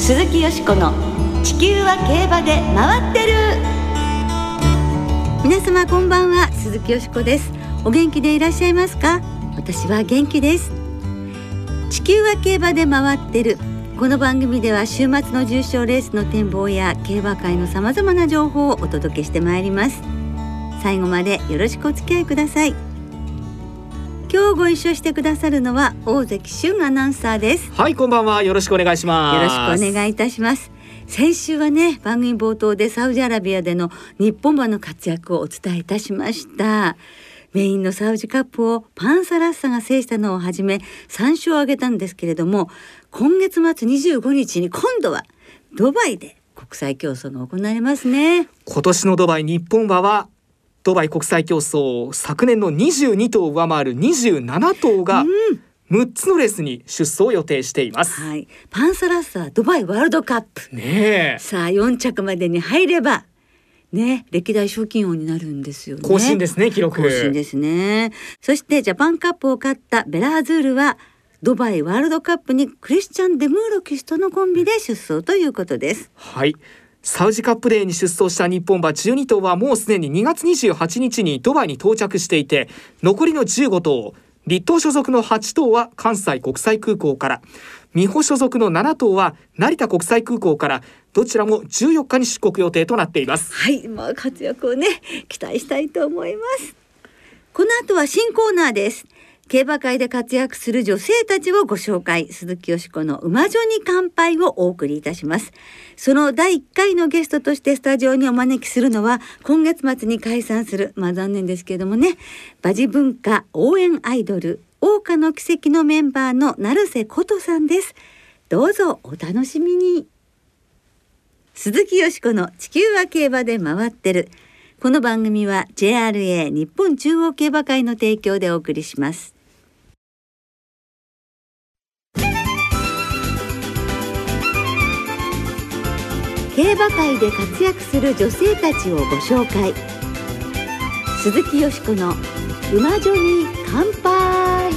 鈴木よしこの地球は競馬で回ってる。皆様こんばんは、鈴木よしこです。お元気でいらっしゃいますか？私は元気です。地球は競馬で回ってる。この番組では週末の重賞レースの展望や競馬界のさまざまな情報をお届けしてまいります。最後までよろしくお付き合いください。今日ご一緒してくださるのは大関俊アナウンサーです。 はい、こんばんは。よろしくお願いします。 よろしくお願いいたします。先週はね、番組冒頭でサウジアラビアでの日本馬の活躍をお伝えいたしました。メインのサウジカップをパンサラッサが制したのをはじめ3勝を挙げたんですけれども、今月末25日に今度はドバイで国際競争が行われますね。 今年のドバイ日本馬はドバイ国際競争、昨年の22頭を上回る27頭が6つのレースに出走を予定しています、 はい、パンサラッサドバイワールドカップ、 ね、 さあ4着までに入ればね、歴代賞金王になるんですよね。 更新ですね、記録更新ですね。そしてジャパンカップを勝ったベラーズールはドバイワールドカップにクリスチャン・デムーロ騎手とのコンビで出走ということです。 はい、サウジカップデーに出走した日本馬12頭はもうすでに2月28日にドバイに到着していて、残りの15頭、立東所属の8頭は関西国際空港から、美穂所属の7頭は成田国際空港から、どちらも14日に出国予定となっています。 はい、活躍をね期待したいと思います。この後は新コーナーです。競馬界で活躍する女性たちをご紹介、鈴木よしこの馬女に乾杯をお送りいたします。その第1回のゲストとしてスタジオにお招きするのは、今月末に解散する、残念ですけれどもね、馬事文化応援アイドル桜花の奇跡のメンバーの成瀬琴さんです。どうぞお楽しみに。鈴木よしこの地球は競馬で回ってる。この番組は JRA 日本中央競馬会の提供でお送りします。競馬界で活躍する女性たちをご紹介。鈴木よしこの馬女に乾杯。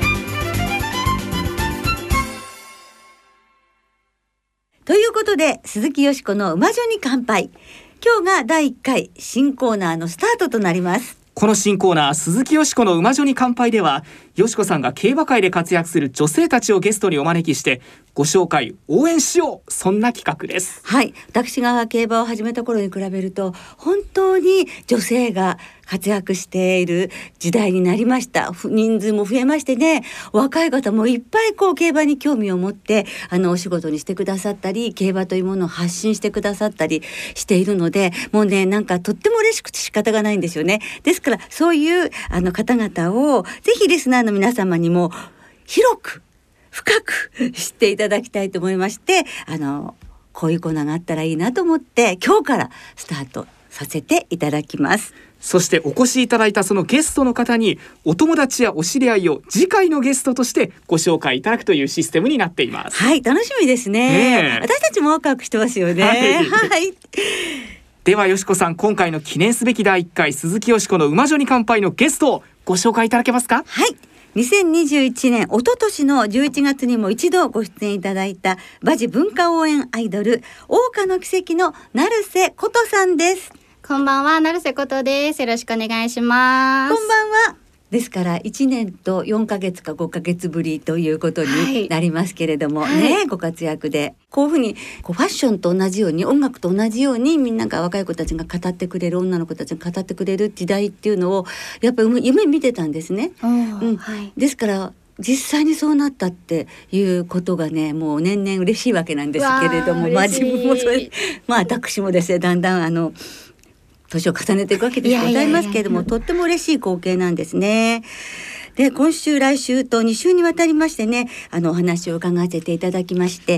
ということで、鈴木よしこの馬女に乾杯、今日が第1回新コーナーのスタートとなります。 この新コーナー、鈴木よしこの馬女に乾杯では、よしこさんが競馬界で活躍する女性たちをゲストにお招きしてご紹介応援しよう、そんな企画です。 はい、私が競馬を始めた頃に比べると本当に女性が活躍している時代になりました。人数も増えましてね、若い方もいっぱい競馬に興味を持ってお仕事にしてくださったり、競馬というものを発信してくださったりしているので、もうね、なんかとっても嬉しくて仕方がないんですよね。ですからそういう方々をぜひリスナーの皆様にも広く深く知っていただきたいと思いまして、こういうコーナーがあったらいいなと思って今日からスタートさせていただきます。 そしてお越しいただいたそのゲストの方にお友達やお知り合いを次回のゲストとしてご紹介いただくというシステムになっています。 はい、楽しみですね。私たちもワクワクしてますよね。はい、 ではよしこさん、今回の記念すべき第1回鈴木よしこの馬女に乾杯のゲストをご紹介いただけますか？ はい、2021年一昨年の11月にも一度ご出演いただいた馬事文化応援アイドル桜花の奇跡の成瀬琴さんです。 こんばんは、成瀬琴です。よろしくお願いします。 こんばんは。ですから1年と4ヶ月か5ヶ月ぶりということになりますけれども、ね、ご活躍でこういうふうにファッションと同じように、音楽と同じようにみんなが、若い子たちが語ってくれる、女の子たちが語ってくれる時代っていうのをやっぱり夢見てたんですね。ですから実際にそうなったっていうことがね、もう年々嬉しいわけなんですけれども、自分もそれ、私もですね、だんだん年を重ねていくわけでございますけれども、とっても嬉しい光景なんですね。で、今週来週と2週にわたりましてね、お話を伺わせていただきまして、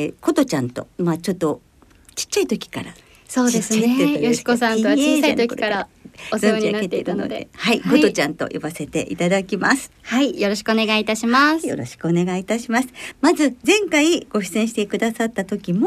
琴ちゃんと、ちょっとちっちゃい時から、 そうですね、よしこさんとは小さい時からお世話になっていたので、 はい、琴ちゃんと呼ばせていただきます。 はい、よろしくお願いいたします。 よろしくお願いいたします。まず前回ご出演してくださった時も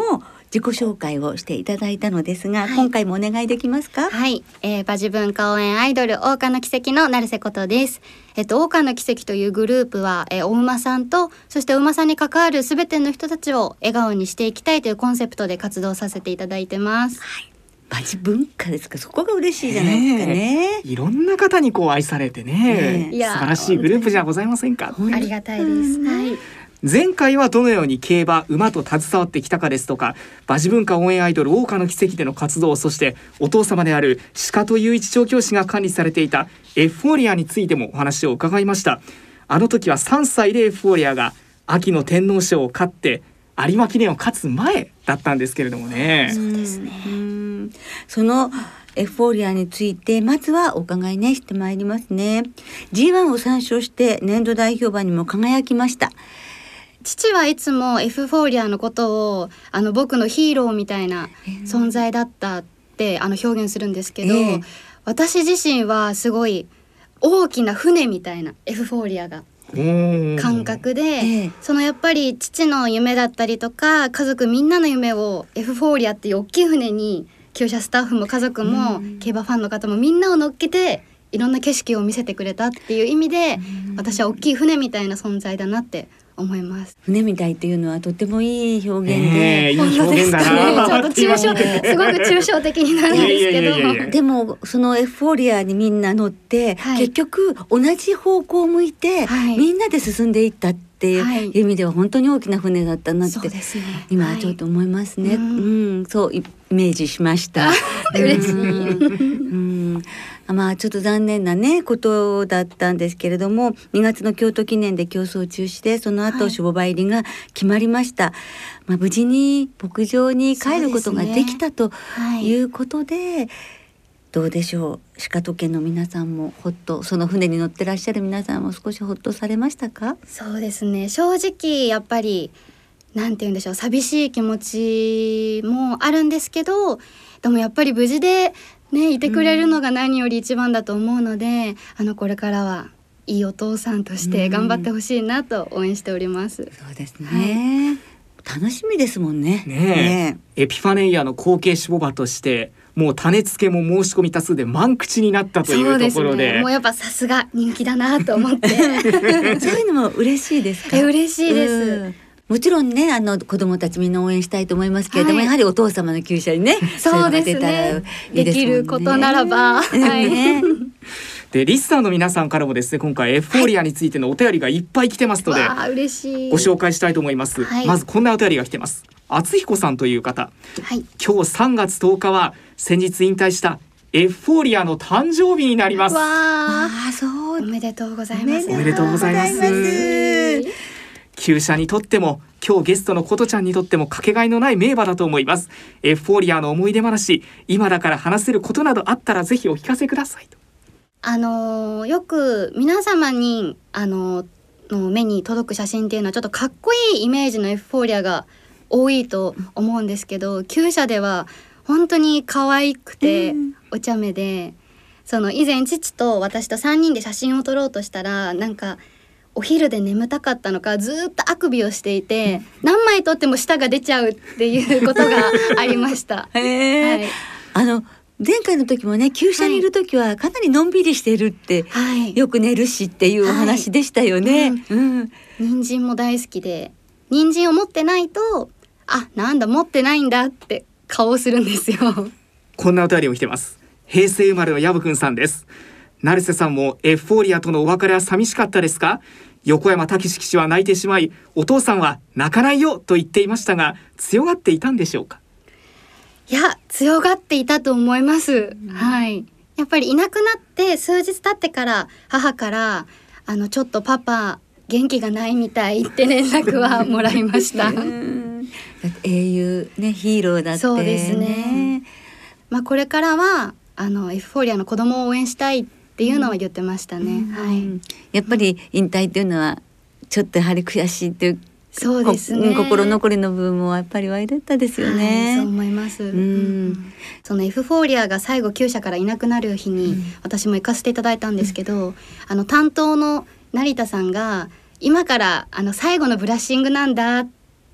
自己紹介をしていただいたのですが、 はい、 今回もお願いできますか？ はい、馬事文化応援アイドル桜花の奇跡の成瀬ことです。桜花の奇跡というグループは、お馬さんとそしてお馬さんに関わるすべての人たちを笑顔にしていきたいというコンセプトで活動させていただいてます。 はい、馬事文化ですか。そこが嬉しいじゃないですかね。 いろんな方にこう愛されてね、素晴らしいグループじゃございませんか。 ありがたいです。はい。 前回はどのように競馬馬と携わってきたかですとか、馬事文化応援アイドル桜花の奇跡での活動、そしてお父様である鹿戸雄一調教師が管理されていたエフフォーリアについてもお話を伺いました。あの時は3歳でエフフォーリアが秋の天皇賞を勝って有馬記念を勝つ前だったんですけれどもね。 そうですね。 そのエフフォーリアについてまずはお伺いねしてまいりますね。 G1 を3勝して年度代表馬にも輝きました。 父はいつもエフフォーリアのことを僕のヒーローみたいな存在だったって表現するんですけど、私自身はすごい大きな船みたいなエフフォーリアが感覚で、そのやっぱり父の夢だったりとか家族みんなの夢をエフフォーリアっていう大きい船に厩舎スタッフも家族も競馬ファンの方もみんなを乗っけていろんな景色を見せてくれたっていう意味で、私は大きい船みたいな存在だなって思います。 船みたいっていうのはとてもいい表現で、 いい表現だな。 ちょっと抽象すごく抽象的になるんですけど、 でもそのエフフォーリアにみんな乗って、結局同じ方向を向いて、みんなで進んでいったっていう意味では本当に大きな船だったなって、今はちょっと思いますね。そうイメージしました。 嬉しい。 まあちょっと残念なねことだったんですけれども、2月の京都記念で競争中止で、その後種牡馬入りが決まりました。無事に牧場に帰ることができたということで、どうでしょう、鹿戸家の皆さんもほっと、その船に乗ってらっしゃる皆さんも少しほっとされましたか？ そうですね、正直やっぱりなんて言うんでしょう、寂しい気持ちもあるんですけど、でもやっぱり無事でねいてくれるのが何より一番だと思うので、これからはいいお父さんとして頑張ってほしいなと応援しております。 そうですね、楽しみですもんね。エピファネイアの後継種牡馬としてもう種付けも申し込み多数で満口になったというところ で、 もうやっぱさすが人気だなと思ってそういうのも嬉しいですか？ 嬉しいです。 もちろんね子供たちみんな応援したいと思いますけれども、やはりお父様の厩舎にねそうですね、できることならば、 でリスナーの皆さんからもですね、今回エフフォーリアについてのお便りがいっぱい来てますので、 嬉しい、 ご紹介したいと思います。まずこんなお便りが来てます。厚彦さんという方、今日3月10日は先日引退したエフフォーリアの誕生日になります。 そうおめでとうございます。 おめでとうございます。厩舎にとっても今日ゲストのことちゃんにとってもかけがえのない名馬だと思います。エフフォーリアの思い出話、今だから話せることなどあったらぜひお聞かせくださいと。 よく皆様にの目に届く写真っていうのはちょっとかっこいいイメージのエフフォーリアが多いと思うんですけど、厩舎では本当に可愛くてお茶目で、以前父と私と3人で写真を撮ろうとしたら、なんかお昼で眠たかったのかずっとあくびをしていて、何枚撮っても舌が出ちゃうっていうことがありました。 前回の時もね、厩舎にいる時はかなりのんびりしてるって、よく寝るしっていうお話でしたよね。 人参も大好きで、人参を持ってないとなんだ持ってないんだって顔をするんですよ。 こんなお便りを来てます。平成生まれのヤブくんさんです。成瀬さんもエフフォーリアとのお別れは寂しかったですか？横山武史騎手は泣いてしまい、お父さんは泣かないよと言っていましたが、強がっていたんでしょうか？ いや、強がっていたと思います。やっぱりいなくなって数日経ってから母からちょっとパパ元気がないみたいって連絡はもらいました。 英雄ね、ヒーローだって、 そうですね。これからはエフフォーリアの子供を応援したいっていうのは言ってましたね。 やっぱり引退っていうのはちょっとやはり悔しいっていう、 そうですね、 心残りの部分もやっぱり湧いてったですよね。 そう思います。そのエフフォーリアが最後厩舎からいなくなる日に、私も行かせていただいたんですけど、担当の成田さんが今から最後のブラッシングなんだって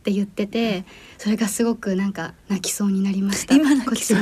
って言ってて、それがすごくなんか泣きそうになりました。 今泣きそう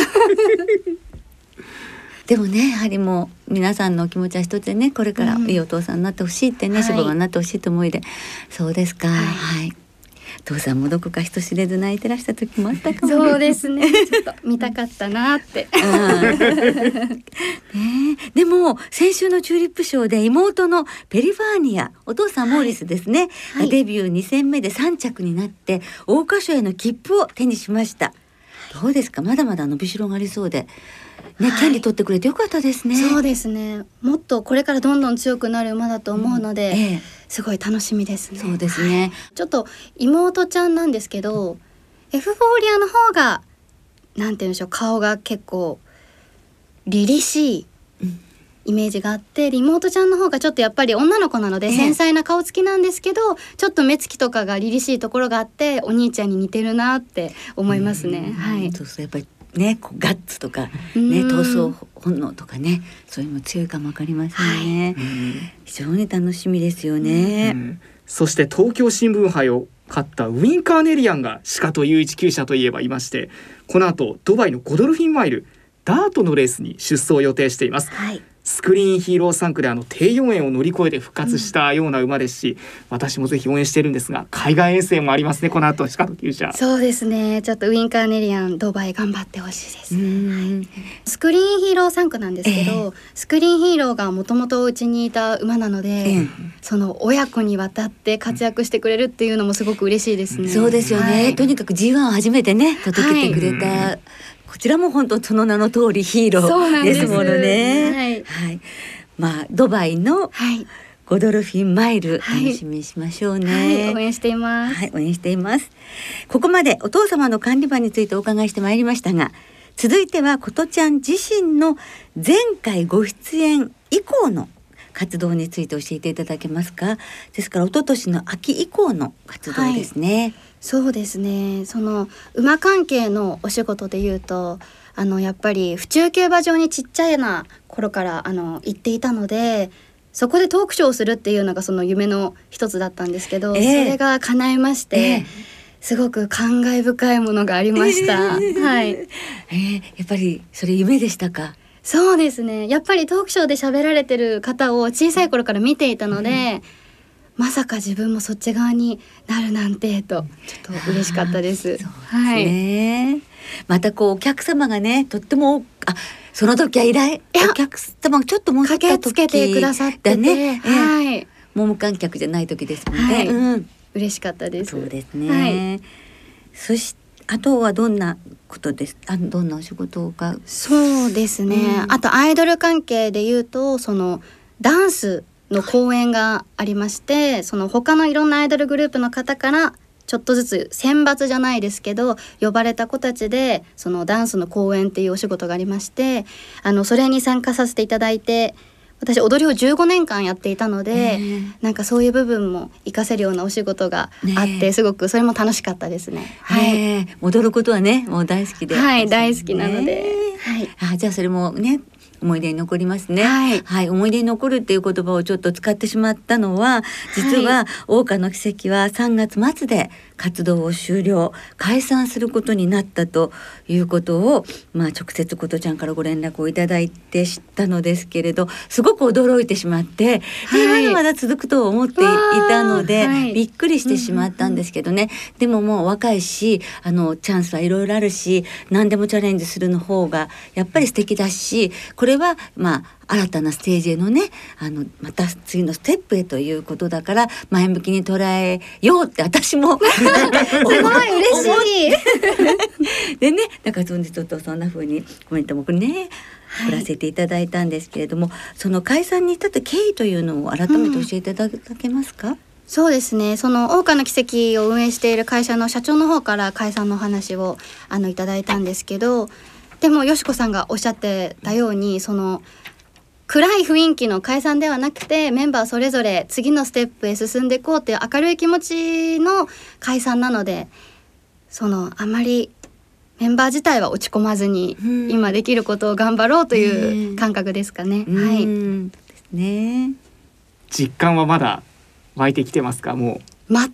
でもね、やはりもう皆さんのお気持ちは一つでね、これからいいお父さんになってほしいってね、仕事になってほしいと思いで、そうですか、はい、父さんもどこか人知れず泣いてらした時もあったかも。 そうですね、ちょっと見たかったなってね、でも先週のチューリップ賞で妹のペリファーニア、お父さんモーリスですね、デビュー2戦目で3着になって桜花賞への切符を手にしました。どうですか、まだまだ伸びしろがありそうでね、権利取ってくれてよかったですね。 そうですね、もっとこれからどんどん強くなる馬だと思うので、すごい楽しみですね。 そうですね、 ちょっと妹ちゃんなんですけど、エフフォーリアの方がなんて言うんでしょう、顔が結構凛々しいイメージがあって、妹ちゃんの方がちょっとやっぱり女の子なので繊細な顔つきなんですけど、ちょっっと目つきとかが凛々しいところがあって、お兄ちゃんに似てるなって思いますね。はい。 そうそう、やっぱりね、こうガッツとかね、闘争本能とかね、そういうの強いかもわかりませんね、非常に楽しみですよね、 そして東京新聞杯を勝ったウィンカーネリアンが鹿という一級者といえばいまして、この後ドバイのゴドルフィンマイルダートのレースに出走を予定しています、スクリーンヒーロー3区で低4円を乗り越えて復活したような馬ですし、私もぜひ応援しているんですが、海外遠征もありますね、この後鹿と厩舎。 そうですね、ちょっとウィンカーネリアンドバイ頑張ってほしいです、スクリーンヒーロー3区なんですけど、スクリーンヒーローがもともとうちにいた馬なので、その親子にわたって活躍してくれるっていうのもすごすごく嬉しいですね。 そうですよね、とにかく G1 を初めてね届けてくれた、こちらも本当その名の通りヒーローですものね。まあドバイのゴドルフィンマイル、楽しみにしましょうね、 応援しています、 応援しています。ここまでお父様の管理馬についてお伺いしてまいりましたが、続いてはことちゃん自身の前回ご出演以降の活動について教えていただけますか。ですから一昨年の秋以降の活動ですね。 そうですね、その馬関係のお仕事でいうと、やっぱり府中競馬場にちっちゃいな頃から行っていたので、そこでトークショーをするっていうのがその夢の一つだったんですけど、それが叶いまして、すごく感慨深いものがありました、やっぱりそれ夢でしたか。 そうですね、やっぱりトークショーで喋られてる方を小さい頃から見ていたので、まさか自分もそっち側になるなんてとちょっと嬉しかったです。 またこうお客様がね、とってもその時はお客様がちょっともう駆けつけてくださってて、 もう無観客じゃない時ですもんね、 嬉しかったです。 そうですね、そしてあとはどんなことです。どんなお仕事か。 そうですね、あとアイドル関係でいうと、そのダンスの公演がありまして、その他のいろんなアイドルグループの方からちょっとずつ選抜じゃないですけど呼ばれた子たちで、そのダンスの公演っていうお仕事がありまして、それに参加させていただいて、私踊りを15年間やっていたので、なんかそういう部分も活かせるようなお仕事があって、すごくそれも楽しかったですね。 踊ることはね、もう大好きで、 大好きなので、 じゃあそれもね思い出に残りますね。思い出に残るっていう言葉をちょっと使ってしまったのは、実は桜花の奇跡は3月末で活動を終了、解散することになったということを、直接ことちゃんからご連絡をいただいて知ったのですけれど、すごく驚いてしまって、まだまだ続くと思っていたので、びっくりしてしまったんですけどね、でももう若いし、チャンスはいろいろあるし、何でもチャレンジするの方がやっぱり素敵だし、これは新たなステージへのね、また次のステップへということだから前向きに捉えようって私もすごい嬉しいでね、だからちょっとそんな風にコメントもね送らせていただいたんですけれども、その解散に至った経緯というのを改めて教えていただけますか。 そうですね、その桜花の奇跡を運営している会社の社長の方から解散のお話をいただいたんですけど、でもよしこさんがおっしゃってたように、その暗い雰囲気の解散ではなくて、メンバーそれぞれ次のステップへ進んでいこうという明るい気持ちの解散なので、あまりメンバー自体は落ち込まずに、今できることを頑張ろうという感覚ですかね。 実感はまだ湧いてきてますか。もう全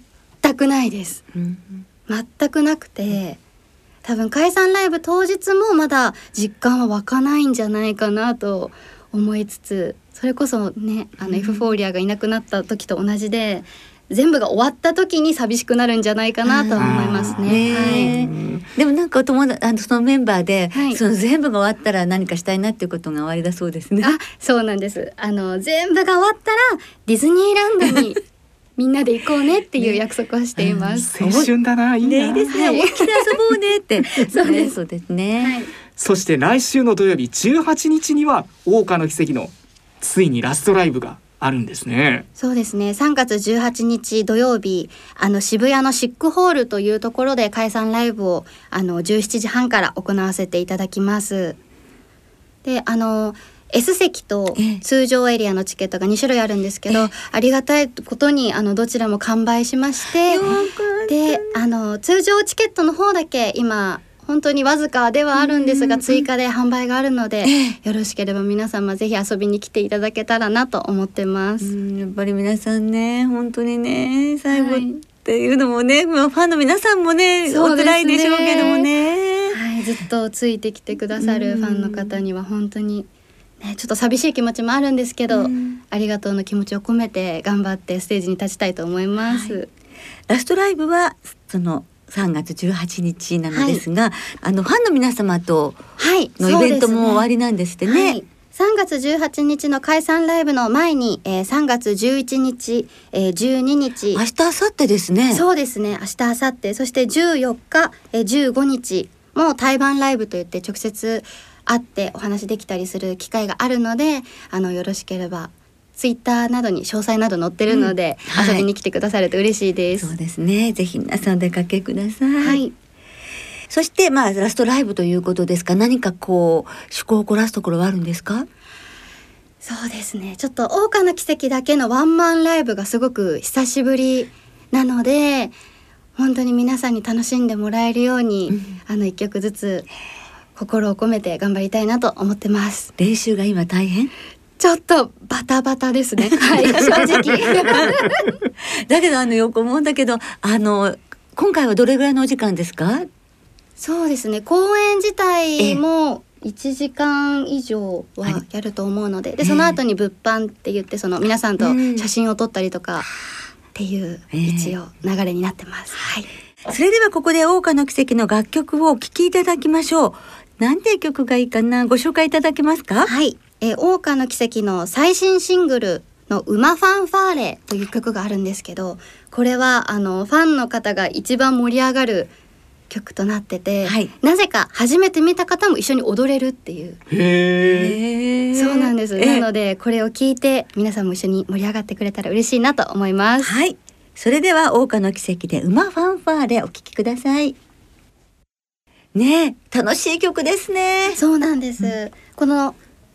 全くないです、全くなくて、多分解散ライブ当日もまだ実感は湧かないんじゃないかなと思いつつ、それこそねエフフォーリアがいなくなった時と同じで、全部が終わった時に寂しくなるんじゃないかなと思いますね。はい、 でもなんかそのメンバーで、その全部が終わったら何かしたいなっていうことが終わりだそうですね。 そうなんです。全部が終わったらディズニーランドにみんなで行こうねっていう約束をしています。 青春だな、いいな。 いいですね。思いっきり遊ぼうねって。そうですね。 そして来週の土曜日18日には桜花の奇跡のついにラストライブがあるんですね。 そうですね。3月18日土曜日、渋谷のシックホールというところで解散ライブを17時半から行わせていただきます。で、S 席と通常エリアのチケットが2種類あるんですけど、ありがたいことにどちらも完売しまして、で通常チケットの方だけ今本当にわずかではあるんですが、追加で販売があるので、よろしければ皆様ぜひ遊びに来ていただけたらなと思ってます。 やっぱり皆さんね、本当にね、最後っていうのもね、ファンの皆さんもね、お辛いでしょうけどもね、 ずっとついてきてくださるファンの方には本当にちょっと寂しい気持ちもあるんですけど、ありがとうの気持ちを込めて頑張ってステージに立ちたいと思います。 ラストライブはその3月18日なのですが、ファンの皆様とのイベントも終わりなんですってね。 3月18日の解散ライブの前に、3月11日、12日、 明日明後日ですね。 そうですね、明日明後日、そして14日、15日も対バンライブといって直接会ってお話できたりする機会があるので、よろしければツイッターなどに詳細など載ってるので、遊びに来てくださると嬉しいです。 そうですね、ぜひ皆さんお出かけください。そしてラストライブということですが、何か趣向を凝らすところはあるんですか？ そうですね、ちょっと桜花の奇跡だけのワンマンライブがすごく久しぶりなので、本当に皆さんに楽しんでもらえるように、一曲ずつ心を込めて頑張りたいなと思ってます。 練習が今大変？ ちょっとバタバタですね。正直。 だけどよく思うんだけど、今回はどれぐらいのお時間ですか？ そうですね、公演自体も1時間以上はやると思うので、その後に物販って言ってその皆さんと写真を撮ったりとかっていう一応流れになってます。 それではここで桜花の奇跡の楽曲をお聴きいただきましょう。なんていう曲がいいかな、ご紹介いただけますか？ 桜花の奇跡の最新シングルの馬ファンファーレという曲があるんですけど、これはファンの方が一番盛り上がる曲となってて、なぜか初めて見た方も一緒に踊れるっていう。そうなんです。なのでこれを聞いて皆さんも一緒に盛り上がってくれたら嬉しいなと思います。 それでは桜花の奇跡で馬ファンファーレお聴きください。ね、楽しい曲ですね。 そうなんです。この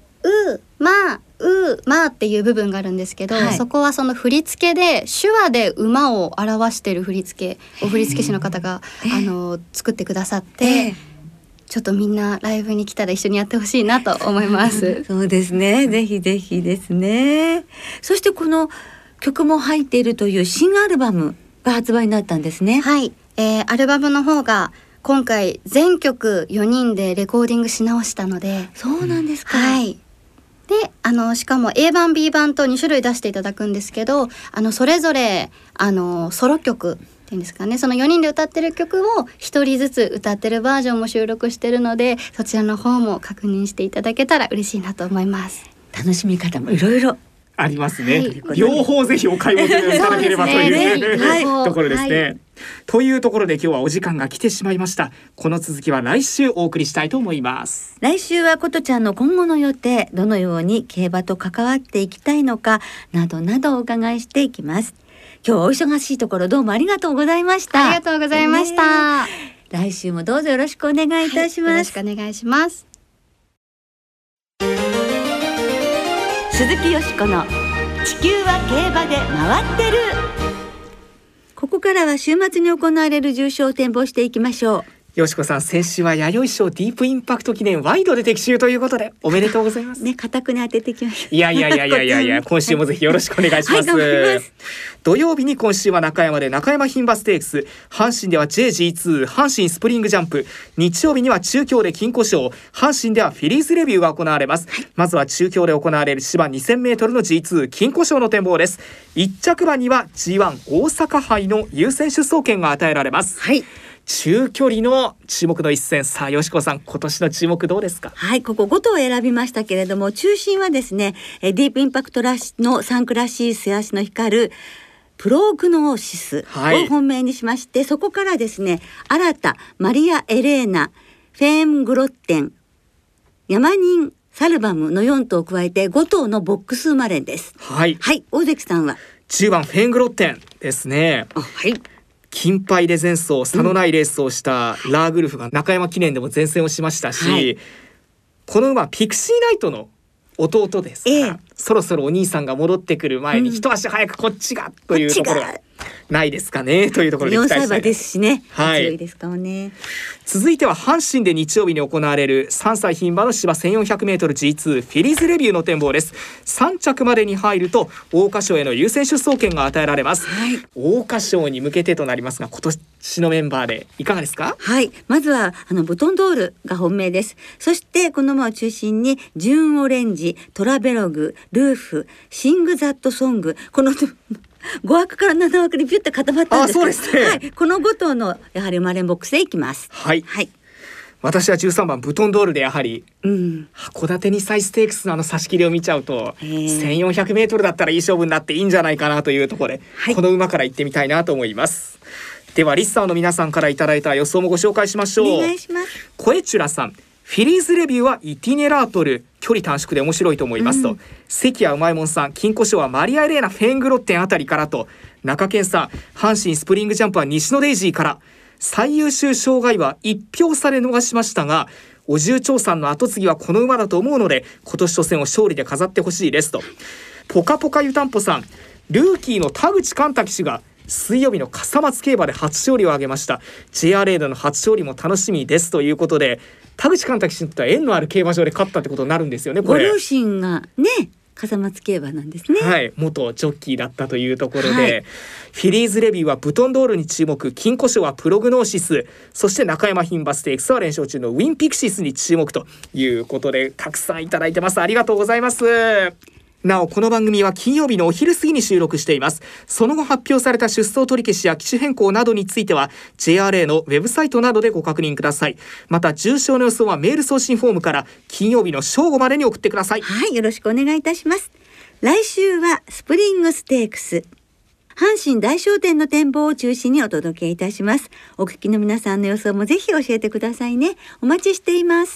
まっていう部分があるんですけど、そこはその振り付けで手話で馬を表している振り付けを振付師の方が作ってくださって、ちょっとみんなライブに来たら一緒にやってほしいなと思います。 そうですね、ぜひぜひですね。そしてこの曲も入っているという新アルバムが発売になったんですね。 アルバムの方が今回全曲4人でレコーディングし直したので。 そうなんですか。 でしかも A 版 B 版と2種類出していただくんですけど、それぞれソロ曲っていうんですかね、その4人で歌ってる曲を1人ずつ歌ってるバージョンも収録してるので、そちらの方も確認していただけたら嬉しいなと思います。 楽しみ方もいろいろありますね。両方ぜひお買い求めいただければというところですね。というところで今日はお時間が来てしまいました。この続きは来週お送りしたいと思います。 来週はことちゃんの今後の予定、どのように競馬と関わっていきたいのかなどなどお伺いしていきます。今日はお忙しいところどうもありがとうございました。 ありがとうございました。 来週もどうぞよろしくお願いいたします。 よろしくお願いします。 鈴木よしこの地球は競馬で回ってる。ここからは週末に行われる重賞を展望していきましょう。 よしこさん、先週は弥生賞ディープインパクト記念ワイドで的中ということでおめでとうございますね。固くに当ててきました。 いや今週もぜひよろしくお願いします、 はい、 土曜日に今週は中山で中山牝馬ステークス、阪神では JG2 阪神スプリングジャンプ、日曜日には中京で金庫賞、阪神ではフィリーズレビューが行われます。まずは中京で行われる芝 2000m の G2 金庫賞の展望です。1着馬には G1 大阪杯の優先出走権が与えられます。 はい、 中距離の注目の一戦、さあよしこさん、今年の注目どうですか？ はい、ここ5頭を選びましたけれども、中心はですね、ディープインパクトラッシュのサンクラシース足の光るプログノーシスを本命にしまして、そこからですね、新た、マリア・エレーナ、フェーン・グロッテン、ヤマニン・サルバムの4頭を加えて5頭のボックス生まれです。 はい、 はい、大関さんは 10番フェーン・グロッテンですね。 はい、 金杯で前走差のないレースをしたラーグルフが中山記念でも前戦をしましたし、はい、この馬ピクシーナイトの弟ですから、そろそろお兄さんが戻ってくる前に一足早くこっちがというところがないですかねというところで期待したい。 4歳馬ですしね、 はい、 強いですからね。 続いては阪神で日曜日に行われる3歳牝馬の芝 1400m G2 フィリーズレビューの展望です。3着までに入ると桜花賞への優先出走権が与えられます。はい、桜花賞に向けてとなりますが、今年のメンバーでいかがですか？ はい、まずはブトンドールが本命です。そしてこの馬を中心にジューンオレンジ、トラベログ、ルーフ、シングザットソング、この5枠から7枠にビュッと固まったんですけど、 そうですね、 はい、この5頭のやはり生まれんボックスでいきます。 はい、 はい、 私は13番ブトンドールでやはり、函館2歳ステークスの差し切りを見ちゃうと 1400m だったらいい勝負になっていいんじゃないかなというところで、はい、この馬から行ってみたいなと思います。ではリスナーの皆さんからいただいた予想もご紹介しましょう。 お願いします。 コエチュラさん、フィリーズレビューはイティネラートル、距離短縮で面白いと思いますと、関谷うまいもんさん、金庫賞はマリア・エレーナ・フェーングロッテンあたりからと、中堅さん、阪神スプリングジャンプは西野デイジーから、最優秀障害は1票差で逃しましたが、お重長さんの後継ぎはこの馬だと思うので、今年初戦を勝利で飾ってほしいですと。ポカポカ湯たんぽさん、ルーキーの田口寛太騎手が水曜日の笠松競馬で初勝利を挙げました。 JRA での初勝利も楽しみですということで、田口寛太騎手にとっては縁のある競馬場で勝ったってことになるんですよね。これご両親がね笠松競馬なんですね。 はい、元ジョッキーだったというところで、はい、フィリーズレビューはブトンドールに注目、金庫賞はプログノーシス、そして中山牝馬ステークスは連勝中のウィンピクシスに注目ということで、たくさんいただいてます。ありがとうございます。なおこの番組は金曜日のお昼過ぎに収録しています。その後発表された出走取り消しや機種変更などについては JRA のウェブサイトなどでご確認ください。また重賞の予想はメール送信フォームから金曜日の正午までに送ってください。 はい、よろしくお願いいたします。来週はスプリングステークス、阪神大賞典の展望を中心にお届けいたします。お聞きの皆さんの予想もぜひ教えてくださいね。お待ちしています。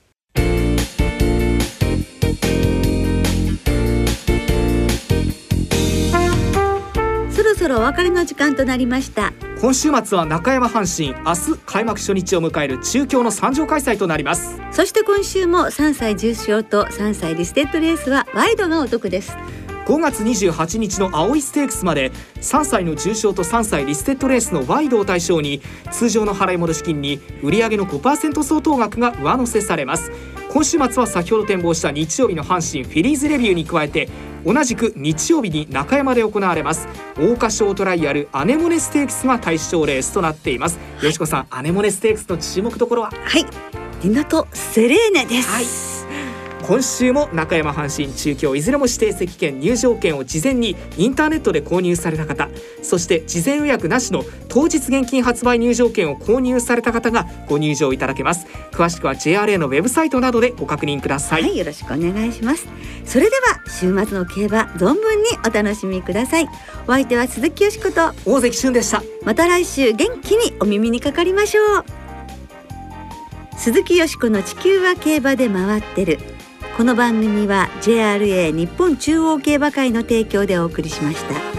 そろそろお別れの時間となりました。 今週末は中山阪神、明日開幕初日を迎える中京の3場開催となります。 そして今週も3歳重賞と3歳リステッドレースはワイドがお得です。 5月28日の青いステークスまで3歳の重賞と3歳リステッドレースのワイドを対象に、通常の払い戻し金に売上の 5% 相当額が上乗せされます。今週末は先ほど展望した日曜日の阪神フィリーズレビューに加えて、同じく日曜日に中山で行われます桜花賞トライアルアネモネステークスが対象レースとなっています。よしこさん、アネモネステークスの注目どころは？ はい、ディナト・セレーネです。 はい、今週も中山阪神中京いずれも指定席券入場券を事前にインターネットで購入された方、そして事前予約なしの当日現金発売入場券を購入された方がご入場いただけます。詳しくは JRA のウェブサイトなどでご確認ください。 はい、よろしくお願いします。それでは週末の競馬存分にお楽しみください。お相手は鈴木よしこと大関俊でした。 また来週元気にお耳にかかりましょう。鈴木よしこの地球は競馬で回ってる。この番組は JRA 日本中央競馬会の提供でお送りしました。